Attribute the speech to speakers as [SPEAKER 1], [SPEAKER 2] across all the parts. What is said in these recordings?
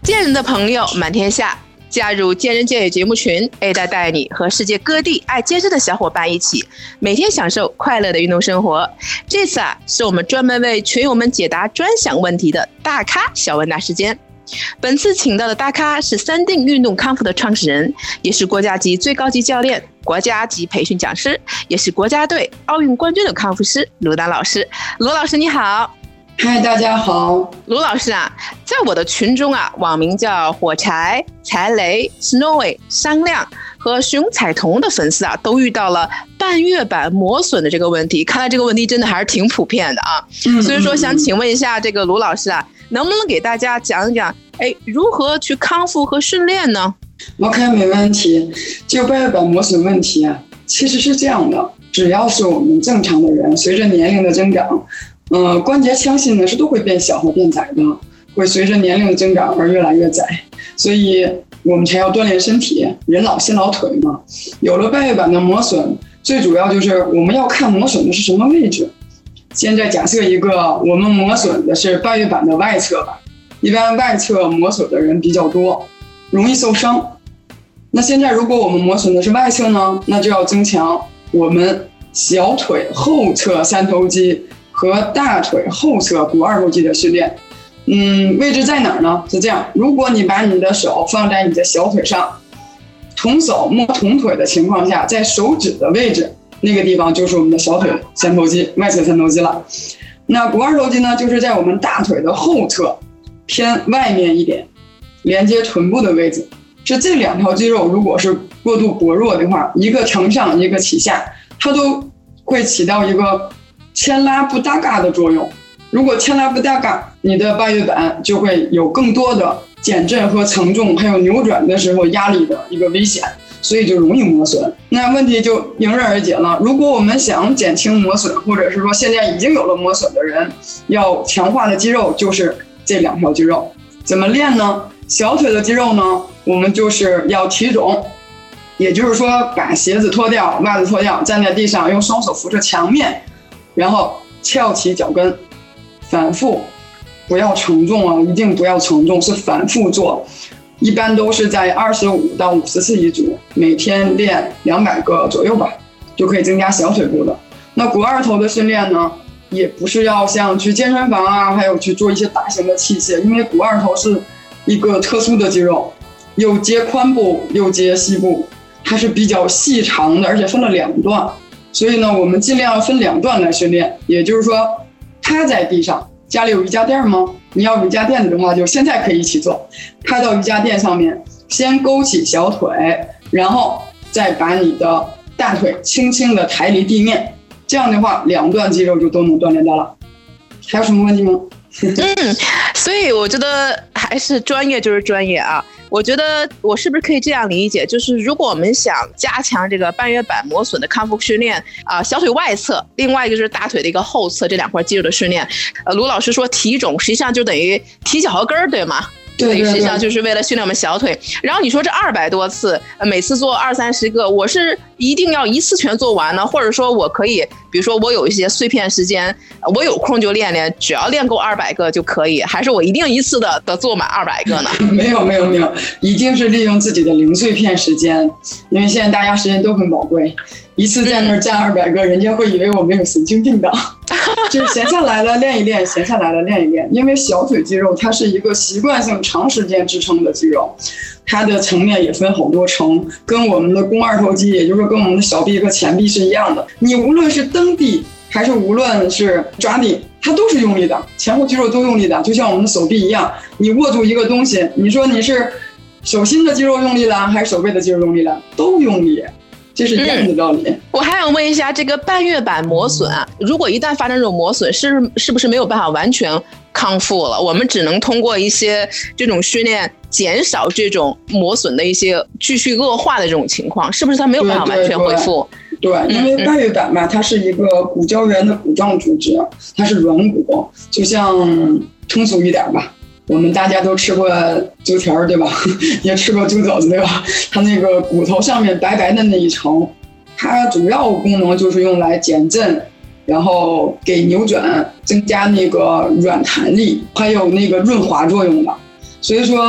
[SPEAKER 1] 健人的朋友满天下，加入健人健语节目群 ，A 带你和世界各地爱健身的小伙伴一起，每天享受快乐的运动生活。这次是我们专门为群友们解答专享问题的大咖小问答时间。本次请到的大咖是三定运动康复的创始人，也是国家级最高级教练、国家级培训讲师，也是国家队奥运冠军的康复师卢丹老师。卢老师你好。
[SPEAKER 2] 嗨，大家好。
[SPEAKER 1] 卢老师啊，在我的群中啊，网名叫火柴、柴雷、Snowy、商亮和熊彩彤的粉丝啊，都遇到了半月板磨损的这个问题。看来这个问题真的还是挺普遍的啊。所以说想请问一下这个卢老师啊，能不能给大家讲一讲，如何去康复和训练呢
[SPEAKER 2] ？OK， 没问题。就半月板磨损问题啊，其实是这样的，只要是我们正常的人，随着年龄的增长。关节腔隙呢是都会变小和变窄的，会随着年龄的增长而越来越窄，所以我们才要锻炼身体，人老心老腿嘛。有了半月板的磨损，最主要就是我们要看磨损的是什么位置。现在假设一个我们磨损的是半月板的外侧吧，一般外侧磨损的人比较多，容易受伤。那现在如果我们磨损的是外侧呢，那就要增强我们小腿后侧三头肌和大腿后侧股二头肌的训练。位置在哪儿呢？是这样，如果你把你的手放在你的小腿上，同手摸同腿的情况下，在手指的位置，那个地方就是我们的小腿三头肌，外侧三头肌了。那股二头肌呢，就是在我们大腿的后侧偏外面一点，连接臀部的位置。是这两条肌肉如果是过度薄弱的话，一个承上一个启下，它都会起到一个牵拉不搭嘎的作用。如果牵拉不搭嘎，你的半月板就会有更多的减震和承重，还有扭转的时候压力的一个危险，所以就容易磨损。那问题就迎刃而解了。如果我们想减轻磨损，或者是说现在已经有了磨损的人，要强化的肌肉就是这两条肌肉。怎么练呢？小腿的肌肉呢，我们就是要提踵，也就是说把鞋子脱掉，袜子脱掉，站在地上，用双手扶着墙面，然后翘起脚跟，反复，不要承重啊，一定不要承重，是反复做，一般都是在25到50次一组，每天练200个左右吧，就可以增加小腿部的。那股二头的训练呢，也不是要像去健身房啊，还有去做一些大型的器械，因为股二头是一个特殊的肌肉，又接髋部又接膝部，它是比较细长的，而且分了2段。所以呢，我们尽量要分2段来训练，也就是说，趴在地上，家里有瑜伽垫吗？你要瑜伽垫的话，就现在可以一起做。趴到瑜伽垫上面，先勾起小腿，然后再把你的大腿轻轻的抬离地面，这样的话，2段肌肉就都能锻炼到了。还有什么问题吗？
[SPEAKER 1] 所以我觉得还是专业就是专业啊。我觉得我是不是可以这样理解，就是如果我们想加强这个半月板磨损的康复训练啊，小腿外侧，另外一个就是大腿的一个后侧这2块肌肉的训练。卢老师说提踵，实际上就等于提脚后跟儿，对吗？
[SPEAKER 2] 对，
[SPEAKER 1] 实际上就是为了训练我们小腿。然后你说这200多次，每次做20-30个，我是一定要一次全做完呢，或者说我可以，比如说我有一些碎片时间，我有空就练练，只要练够200个就可以，还是我一定一次的做满200个呢？
[SPEAKER 2] 没有，一定是利用自己的零碎片时间，因为现在大家时间都很宝贵，一次在那儿站200个，人家会以为我们有神经病的。就是闲下来了练一练，闲下来了练一练。因为小腿肌肉它是一个习惯性长时间支撑的肌肉，它的层面也分好多层，跟我们的肱二头肌，也就是说跟我们的小臂和前臂是一样的。你无论是蹬地还是无论是抓地，它都是用力的，前后肌肉都用力的，就像我们的手臂一样。你握住一个东西，你说你是手心的肌肉用力了，还是手背的肌肉用力了，都用力。这是一样的道理。
[SPEAKER 1] 我还想问一下，这个半月板磨损啊，如果一旦发生这种磨损，是不是没有办法完全康复了？我们只能通过一些这种训练减少这种磨损的一些继续恶化的这种情况，是不是它没有办法完全恢复？
[SPEAKER 2] 对，因为半月板吧，它是一个骨胶原的骨状组织，它是软骨，就像通俗一点吧，我们大家都吃过猪蹄儿，对吧？也吃过猪肘子，对吧？它那个骨头上面白白的那一层，它主要功能就是用来减震，然后给扭转增加那个软弹力，还有那个润滑作用的。所以说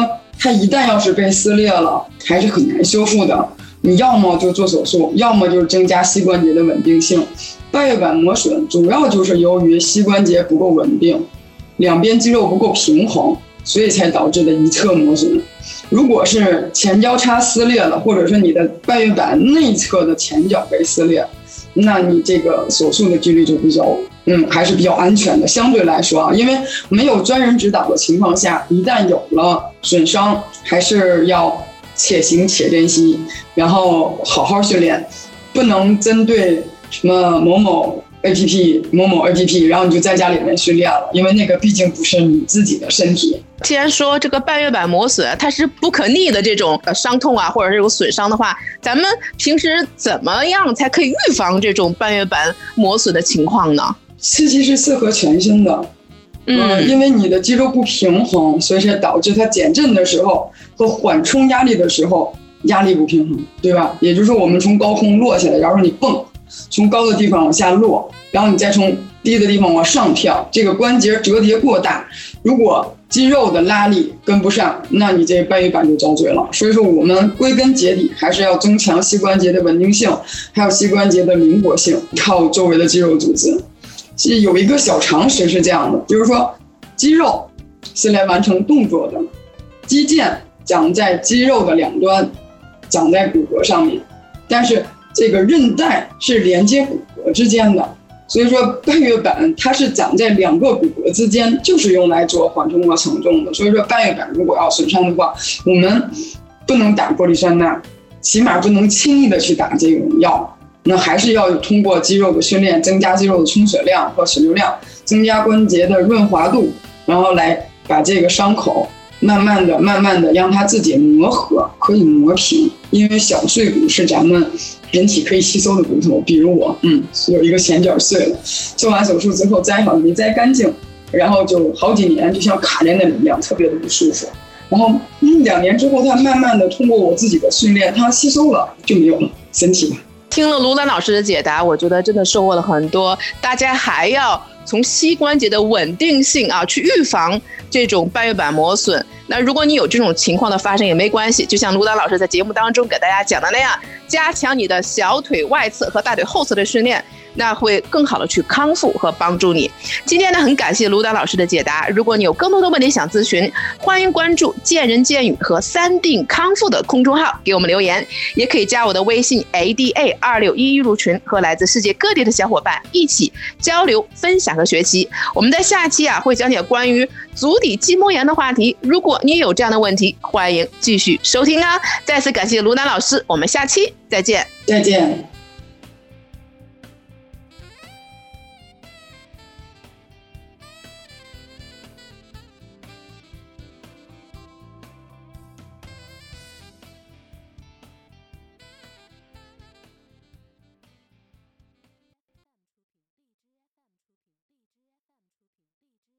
[SPEAKER 2] 它一旦要是被撕裂了，还是很难修复的。你要么就做手术，要么就是增加膝关节的稳定性。半月板磨损主要就是由于膝关节不够稳定，两边肌肉不够平衡，所以才导致的一侧磨损。如果是前交叉撕裂了，或者是你的半月板内侧的前脚被撕裂，那你这个手术的几率就比较还是比较安全的，相对来说啊，因为没有专人指导的情况下，一旦有了损伤，还是要且行且练习，然后好好训练，不能针对什么某某 APP，然后你就在家里面训练了，因为那个毕竟不是你自己的身体。
[SPEAKER 1] 既然说这个半月板磨损它是不可逆的这种伤痛啊，或者是有损伤的话，咱们平时怎么样才可以预防这种半月板磨损的情况呢？
[SPEAKER 2] 其实是适合全身的，因为你的肌肉不平衡，所以才导致它减震的时候和缓冲压力的时候压力不平衡，对吧？也就是说我们从高空落下来，然后你蹦，从高的地方往下落，然后你再从低的地方往上跳，这个关节折叠过大，如果肌肉的拉力跟不上，那你这半月板就遭罪了。所以说我们归根结底还是要增强膝关节的稳定性，还有膝关节的灵活性，靠周围的肌肉组织。其实有一个小常识是这样的，就是说肌肉是来完成动作的，肌腱长在肌肉的两端，长在骨骼上面，但是这个韧带是连接骨骼之间的，所以说半月板它是长在两个骨骼之间，就是用来做缓冲和承重的。所以说半月板如果要损伤的话，我们不能打玻璃酸钠，起码不能轻易的去打这种药，那还是要通过肌肉的训练，增加肌肉的充血量和血流量，增加关节的润滑度，然后来把这个伤口慢慢的让它自己磨合，可以磨平。因为小碎骨是咱们人体可以吸收的骨头，比如我有一个前脚碎了，做完手术之后摘好没摘干净，然后就好几年就像卡在那里一样，特别的不舒服。然后2年之后，它慢慢的通过我自己的训练，它吸收了就没有了，身体吧。
[SPEAKER 1] 听了卢丹老师的解答，我觉得真的收获了很多。大家还要从膝关节的稳定性啊，去预防这种半月板磨损。那如果你有这种情况的发生也没关系，就像卢丹老师在节目当中给大家讲的那样，加强你的小腿外侧和大腿后侧的训练，那会更好的去康复和帮助你。今天呢，很感谢卢丹老师的解答。如果你有更多的问题想咨询，欢迎关注见人见语和3定康复的公众号给我们留言，也可以加我的微信 ADA2611入群，和来自世界各地的小伙伴一起交流分享和学习。我们在下期会讲解关于足底筋膜炎的话题，如果你有这样的问题，欢迎继续收听啊。再次感谢卢丹老师，我们下期再见。
[SPEAKER 2] 再见。